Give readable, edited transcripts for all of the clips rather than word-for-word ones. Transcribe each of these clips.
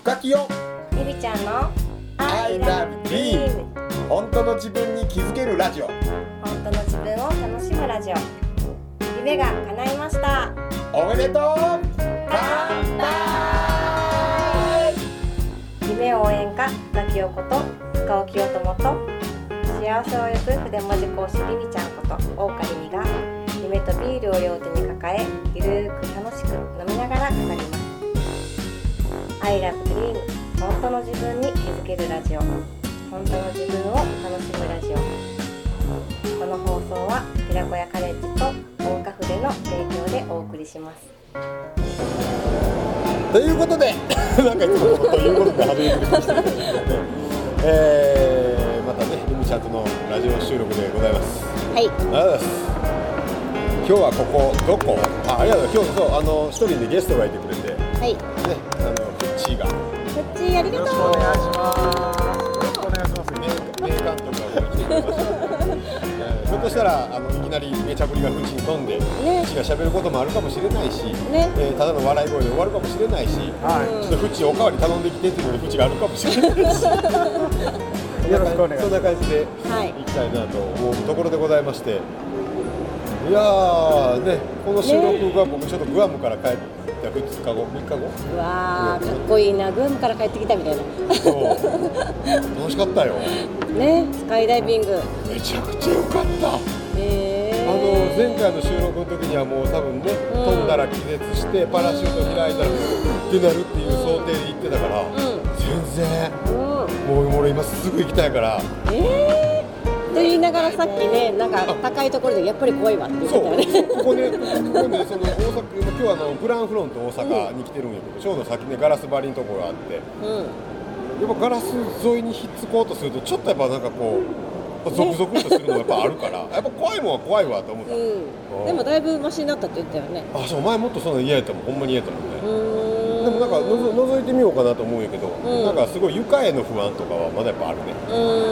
深きよゆりちゃんの I love dream。 本当の自分に気づけるラジオ。 本当の自分を楽しむラジオ。夢が叶いました。 おめでとう。乾杯。 夢応援歌深きよこと深尾清友と、幸せを呼ぶ筆文字講師りみちゃんこと大岡りみが、夢とビールを両手に抱え、ゆるーく楽しく飲みながら語ります。 I love dream。 本当の自分に気づけるラジオ。本当の自分を楽しむラジオ。この放送は寺子屋カレッジと大岡筆の提供でお送りします。 ということでなんかいつもということで始めてきましたけどまたね、りみちゃんとのラジオ収録でございます。 はい、 ありがとうございます。今日はここどこ？ありがとう。今日そう一人でゲストがいてくれて、 はいね、フッチーが。 フッチーありがとう。 よろしくお願いします。よろしくお願いします。名監督が来てくれました。ひょっとしたらいきなりめちゃぶりがフッチーに飛んで、フッチーが喋ることもあるかもしれないし、ね、ただの笑い声で終わるかもしれないし、ちょっとフッチーおかわり頼んできてっていうのにフッチーがあるかもしれないし。よろしくお願いします。そんな感じでいきたいなと思うところでございまして、いやーね、この収録が僕ちょっとグアムから帰って2日後、3日後。 うわー、かっこいいな、グアムから帰ってきたみたいな。 そう楽しかったよね、スカイダイビングめちゃくちゃ良かった。前回の収録の時にはもう多分ね、飛んだら気絶してパラシュート開いたらってなるっていう想定で行ってたから、全然、もう俺今すぐ行きたいからと言いながらさっきね、なんか高いところでやっぱり怖いわって言ってたよね。 そう、ここねその大阪、今日はグランフロント大阪に来てるんやけど、ちょうど先ねガラス張りのところがあって、やっぱガラス沿いにひっつこうとするとちょっとやっぱなんかこうゾクゾクとするのがやっぱあるからやっぱ怖いもんは怖いわと思った。 でもだいぶマシになったって言ったよね。 あ、そう、前もっとそんな嫌やったもん、ほんまに嫌やったもんね。でもなんか覗いてみようかなと思うんやけど、なんかすごい床への不安とかはまだやっぱあるね。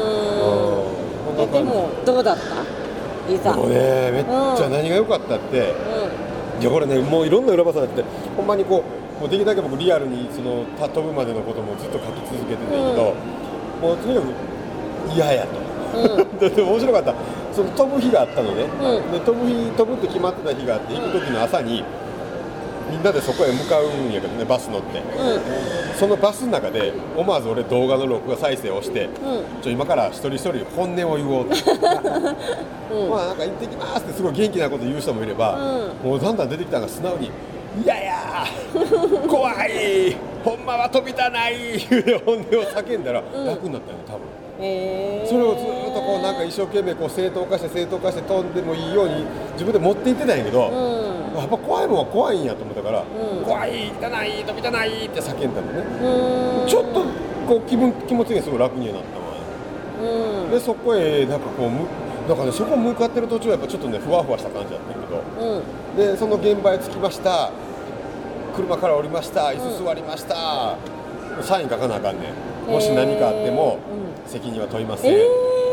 でもどうだった？いざ。 でもね、めっちゃ何が良かったって、いやこれね、もういろんな裏話があって、ほんまにこう、もうできるだけ僕リアルにその飛ぶまでのこともずっと書き続けてたけど、もうとにかく嫌やと。でも面白かった。その飛ぶ日があったのね。で飛ぶって決まってた日があって、行く時の朝にみんなでそこへ向かうんやけどね、バス乗って、そのバスの中で思わず俺動画の録画再生をして、今から一人一人本音を言おうとまあなんか行ってきますってすごい元気なこと言う人もいれば、もうだんだん出てきたのが素直にいやいや怖いほんまは飛びたない本音を叫んだら楽になったよね、多分。それをずっとこうなんか一生懸命こう正当化して飛んでもいいように自分で持っていってたんやけど、やっぱ怖いもんは怖いんやと思ったから、怖い、汚い、飛びたないって叫んだのね。ちょっとこう気持ちがすごい楽になったわ。でそこへなんかこうなんかね、そこ向かってる途中はやっぱちょっとねふわふわした感じだったけど、でその現場へ着きました、車から降りました、椅子座りました、サイン書かなあかんねん。もし何かあっても責任は問いません。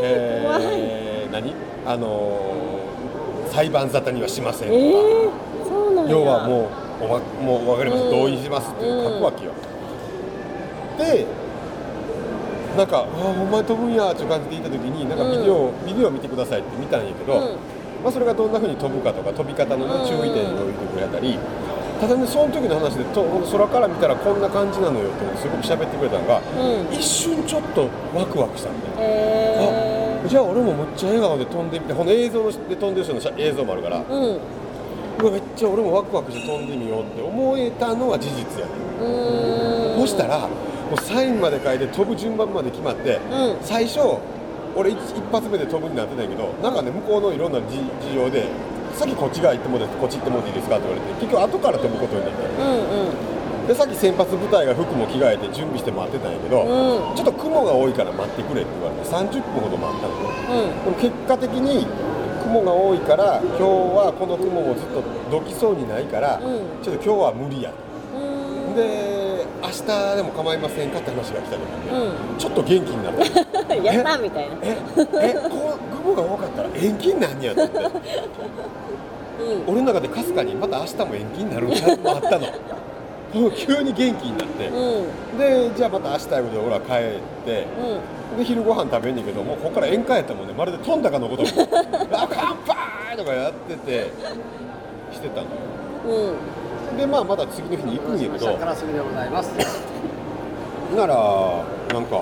裁判沙汰にはしませんとか、要はもう分かります、同意しますっていう書くわけよ。でなんかほんまに飛ぶんやっていう感じで言った時に、なんかビデオを見てくださいって見たんやけど、まあそれがどんな風に飛ぶかとか飛び方の、注意点を置いてくれたり、ただね、その時の話で空から見たらこんな感じなのよってすごく喋ってくれたのが、一瞬ちょっとワクワクしたんで、じゃあ俺もめっちゃ笑顔で飛んでみて、この映像で飛んでる人の映像もあるから、めっちゃ俺もワクワクして飛んでみようって思えたのは事実やね。そしたらもうサインまで書いて飛ぶ順番まで決まって、最初俺一発目で飛ぶになってたんやけど、なんかね向こうのいろんな事情でさっきこっち側行ってもらってこっち行ってもらっていいですかって言われて、結局後から飛ぶことになって、でさっき先発部隊が服も着替えて準備して待ってたんやけど、ちょっと雲が多いから待ってくれって言われて30分ほど待ったのね。でも結果的に雲が多いから今日はこの雲もずっとどきそうにないから、ちょっと今日は無理やで明日でも構いませんかって話が来た時に、ちょっと元気になったやったみたいな雲が多かったら延期になんやって言って、俺の中でかすかにまた明日も延期になるんちゃうのあったの急に元気になって、 でじゃあまた明日いうことで俺は帰ってで昼ご飯食べんねんけどもうここから宴会やったもんねまるで飛んだかのこともあ乾杯とかやっててしてたのよ、でまあまだ次の日に行くんやけどからすみでございますならなんか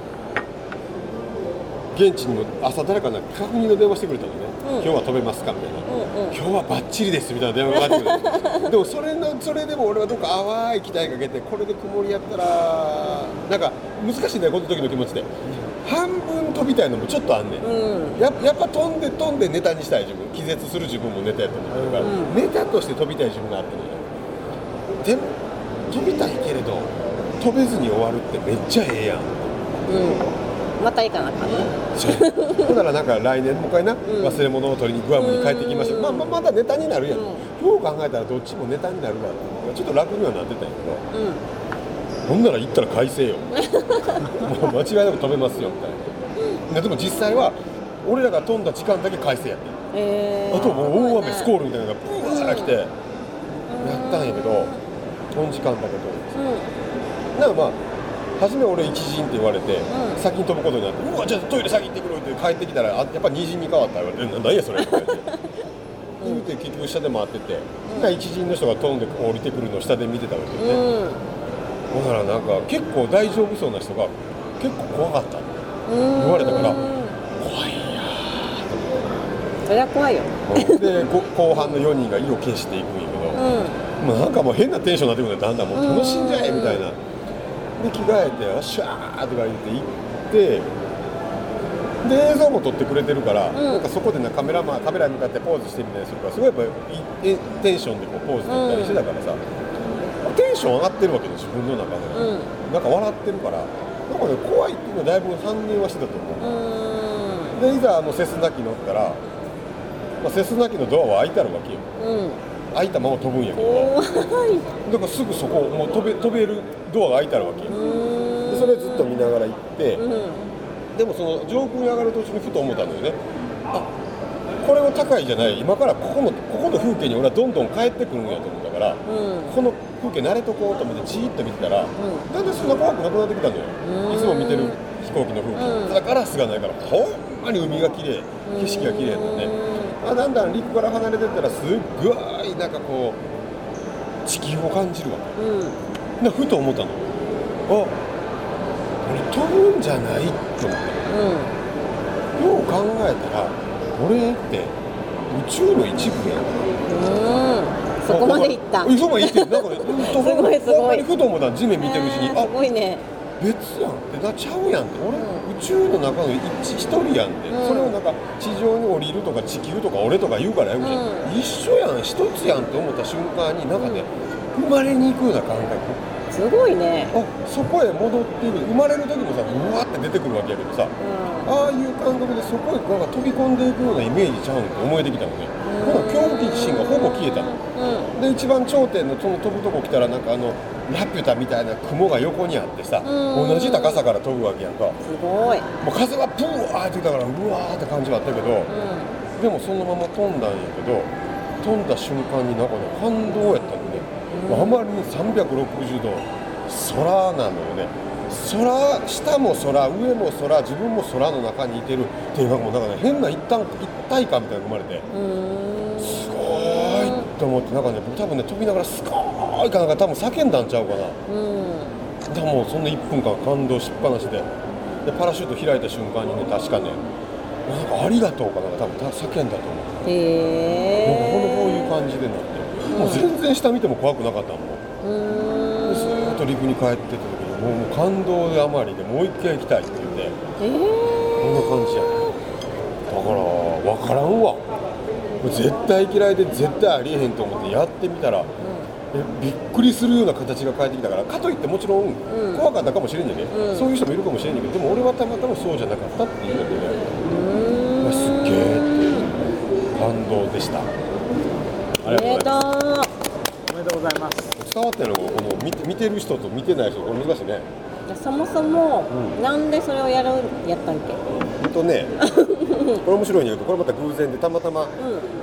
現地にも朝誰か確認の電話してくれたのね、今日は飛べますかみたいな、今日はバッチリですみたいな電話がかかってくるでもそれでも俺はどっか淡い期待かけてこれで曇りやったらなんか難しいんだよこの時の気持ちで半分飛びたいのもちょっとあんねん、やっぱ飛んでネタにしたい自分気絶する自分もネタやと思ってるから、ネタとして飛びたい自分があってねでも飛びたいけれど飛べずに終わるってめっちゃええやん、 また行かなあかんね。 ほんならなんか来年もう一回な、忘れ物を取りにグアムに帰ってきました、まだネタになるやん、よう考えたらどっちもネタになるわってちょっと楽にはなってたんやけど、ほんなら行ったら快晴よもう間違いなく飛べますよみたいなでも実際は俺らが飛んだ時間だけ快晴やってあともう大雨スコールみたいなのがブワー来てやったんやけど飛ん時間だけど、なんかまあ初め俺1陣って言われて、先に飛ぶことになってうわじゃあトイレ先行ってくるって帰ってきたらやっぱ2陣に変わった言われて何やそれって言って結局下で回ってて、1陣の人が飛んで降りてくるのを下で見てたわけよね、だからなんか結構大丈夫そうな人が結構怖かった言われたから怖いやそりゃ怖いよで後半の4人が意を決していくんやけど、なんかもう変なテンションになってくるんだよだんだんもう楽しんじゃえみたいなで着替えて「よっしゃー」とか言って行ってで映像も撮ってくれてるから、なんかそこでカメラに向かってポーズしてみたりするからすごいやっぱいいテンションでこうポーズ取ったりしてたからさ、テンション上がってるわけで自分の中で、なんか笑ってるからなんかね怖いっていうのはだいぶ反映はしてたと思う、でいざセスナ機乗ったら、セスナ機のドアは開いてあるわけよ、開いたまま飛ぶんやけどだからすぐそこもう飛べるドアが開いてあるわけよでそれずっと見ながら行って、でもその上空に上がる途中にふと思ったんだよね、これは高いじゃない今からここの風景に俺はどんどん帰ってくるんやと思ったから、この風景慣れとこうと思ってじーっと見てたら、だんだんそんな怖くなくなってきたのよ、いつも見てる飛行機の風景、ただガラスがないからほんまに海が綺麗景色が綺麗だね、だんだん陸から離れてったらすっごいなんかこう地球を感じるわけ、ふと思ったの俺飛ぶんじゃないと思ったの、よう考えたら俺って宇宙の一部やん、 そこまで行ったそこまで行ってなんかねすごいすごいふと思った地面見てるうちにすごいね別やんってなっちゃうやんって俺、宇宙の中の一人やんって、それをなんか地上に降りるとか地球とか俺とか言うから一緒やん一つやんって思った瞬間になんかね生まれに行くような感覚すごいねそこへ戻っている生まれる時もさうわって出てくるわけやけどさ、ああいう感覚でそこへなんか飛び込んでいくようなイメージちゃうんって思えてきたのね、恐怖心がほぼ消えたの、で一番頂点のその飛ぶとこ来たらなんかラピュタみたいな雲が横にあってさ、同じ高さから飛ぶわけやんか、 すごいもう風がブワーってきたからうわーって感じはあったけど、でもそのまま飛んだんやけど飛んだ瞬間になんかね感動やったのね、あまりに360度空なのよね、下も空上も空自分も空の中にいてるっていうなんかね変な一体感みたいなのが生まれてすごいと思ってなんかね僕多分ね飛びながらすごいかなんか多分叫んだんちゃうかな、でもそんな1分間感動しっぱなしでパラシュート開いた瞬間にね確かねなんかありがとうかなんか多分叫んだと思う、こういう感じでなって、もう全然下見ても怖くなかったもん、ずーっと陸に帰ってた時にもう感動であまりでもう一回行きたいって言って、こんな感じやねだから分からんわ絶対嫌いで絶対ありえへんと思ってやってみたら、びっくりするような形が返ってきたからかといってもちろん怖かったかもしれんねんね、そういう人もいるかもしれんねんけどでも俺はたまたまそうじゃなかったっていうだけですっげーっていう感動でした。ありがとうございます。 おめでとうございます。 伝わってるのこの見てる人と見てない人これ難しいね。 そもそも、なんでそれをやったんけこれ面白いんやけどこれまた偶然でたまたま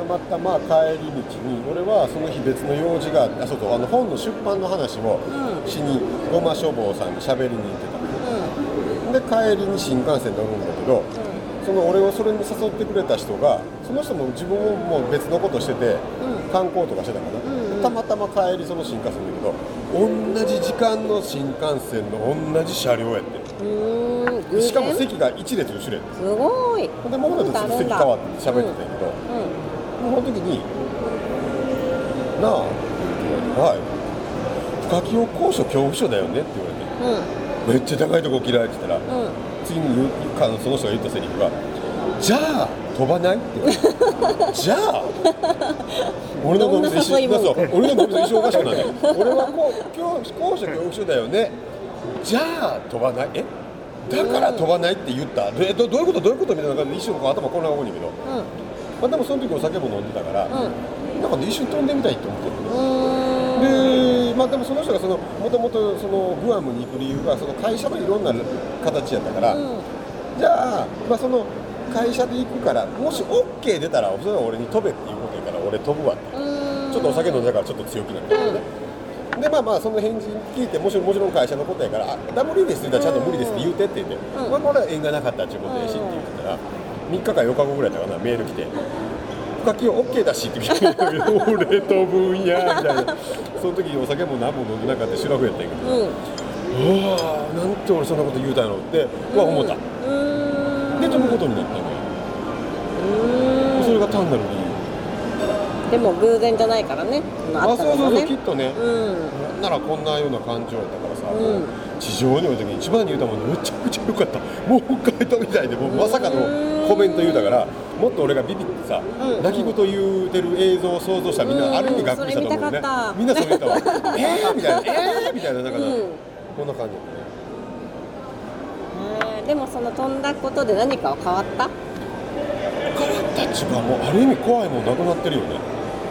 またま帰り道に俺はその日別の用事があってそうそう本の出版の話をしにごま書房さんに喋りに行ってた、で帰りに新幹線乗るんだけど、その俺をそれに誘ってくれた人がその人も自分ももう別のことしてて、観光とかしてたかな、たまたま帰りその新幹線だけど同じ時間の新幹線の同じ車両やって、しかも席が1列後ろやって、 すごい。 でもう一つ席変わって喋ってたんやけど、その時に「なあ」はい「深清高所恐怖症だよね」って言われて、めっちゃ高いとこ嫌いって言ったら、次にその人が言ったセリフが「じゃあ飛ばない?」って言われてじゃあ俺の脳みそ一緒おかしくなるね俺は高所恐怖症だよね、じゃあ飛ばない、だから飛ばないって言った、どういうことみたいな感じで一瞬頭混乱が多いんだけど、まあ、でもその時お酒も飲んでたから、なんかね一瞬飛んでみたいって思ってるで、まあ、でもその人がもともとグアムに行く理由がその会社のいろんな形やったから、じゃあ、まあ、その会社で行くからもし OK 出たらそれは俺に飛べっていうことやから俺飛ぶわって、ちょっとお酒飲んだからちょっと強気なんだけどね、でまあその返事聞いてもちろん会社のことやから無理ですって言ったらちゃんと無理ですって言うてって言って、まあこれは縁がなかったっていうことやしって言ってたら3日か4日後ぐらいだったかなメール来て深清 OK だしって来て俺飛ぶんやみたいなその時にお酒も何も飲んでなかったシュラフやったんやけど、なんて俺そんなこと言うたんやろって思った、で飛ぶことになったのよ、それが単なる理由でも偶然じゃないからね。 そうきっとね、ならこんなような感情やったからさ、地上におる時に一番に言うたもんめちゃくちゃ良かった、もう一回飛びたいでもうまさかのコメント言うたから、もっと俺がビビってさ、泣き言言うてる映像を想像したらみんなある意味がっくりしたと思うね、みんなそれ言ったわみたいなみたいな、だからこんな感じだったね。 でもその飛んだことで何か変わった？ 変わったっちゅうかもうある意味怖いもんなくなってるよね、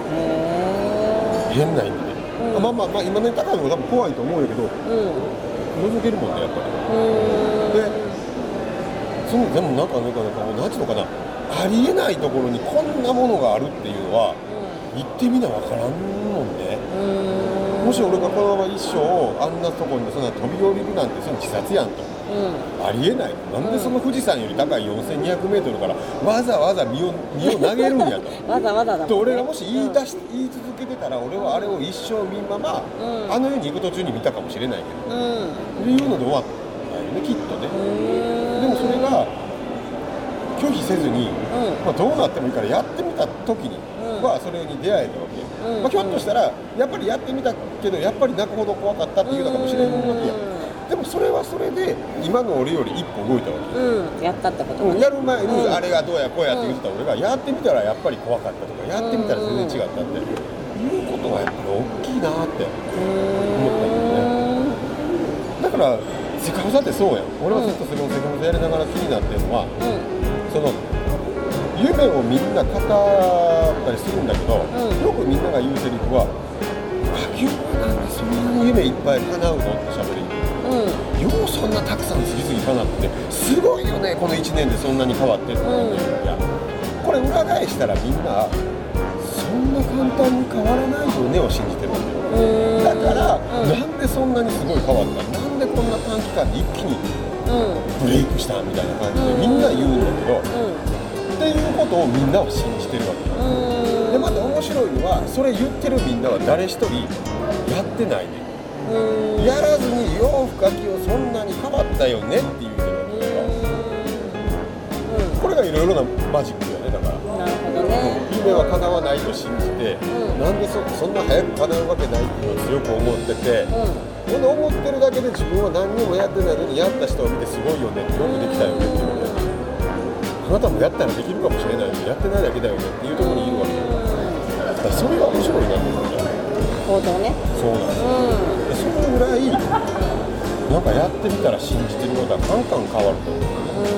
変な意味で、まあ今ね高いのも多分怖いと思うんやけど、覗けるもんねやっぱり、ででもなんかもう何ていうのかな、ありえないところにこんなものがあるっていうのは、行ってみなわからんもんね、もし俺がこのまま一生あんなところにそんな飛び降りるなんてその自殺やんと、ありえない、なんでその富士山より高い4200メートルからわざわざ身を投げるんやとわざわざだもんね。 で俺がもし言い続けてたら俺はあれを一生見んまま、あの世に行く途中に見たかもしれないけど、っていうので終わったよねきっとね、でもそれが拒否せずに、まあ、どうなってもいいからやってみた時にはそれに出会えたわけ、まあ、ひょっとしたらやっぱりやってみたけどやっぱり泣くほど怖かったっていうのかもしれんわけや、でもそれはそれで今の俺より一歩動いたわけ、 やったってこと、 やる前にあれがどうやこうやって言ってた俺がやってみたらやっぱり怖かったとかやってみたら全然違ったっていうことはやっぱり大きいなって思ったんだよね。だからセカフザってそうやん、俺はずっとセカフザやりながら気になってるのは、その夢をみんな語ったりするんだけど、よくみんなが言うセリフは秋はなんでそんなに夢いっぱい叶うのって喋る、ようそんなたくさん次々叶ってすごいよねこの1年でそんなに変わってって言ういやこれ裏返したらみんなそんな簡単に変わらないよねを信じてるんだよ、だから、なんでそんなにすごい変わったなんでこんな短期間で一気にブレイクしたみたいな感じでみんな言うんだけど、っていうことをみんなは信じてるわけよ、でまた面白いのはそれ言ってるみんなは誰一人やってないね、やらずによう深清そんなに変わったよねって言うてるわけだから、これがいろいろなマジックだよね。だからなるほどね、 夢は叶わないと信じて、なんでそんな早く叶うわけないっていうのを強く思ってて、ほんで思ってるだけで自分は何にもやってないのにやった人を見てすごいよねってよくできたよねっていうので、あなたもやったらできるかもしれないのにやってないだけだよねっていうところにいるわけだからそれが面白いなと思って。 行動ね。そうなんです、 そのぐらいなんかやってみたら信じてることはカンカン変わると思う、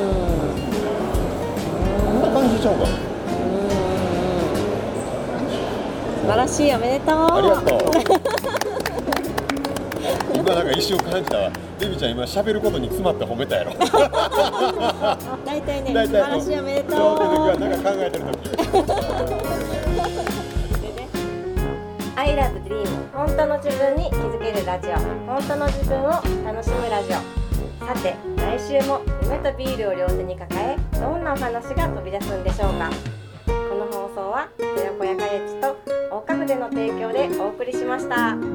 こんな感じちゃうかな。 素晴らしい、おめでとう。 ありがとう今なんか一瞬感じたわ、デビちゃん今喋ることに詰まって褒めたやろ大体ね、素晴らしい、おめでとう。 そういう時はなんか考えてる時 I love dream 本当の自分に気づけるラジオ、本当の自分を楽しむラジオ。さて来週も夢とビールを両手に抱え、どんなお話が飛び出すんでしょうか。この放送は寺子屋カレッジと大家具での提供でお送りしました。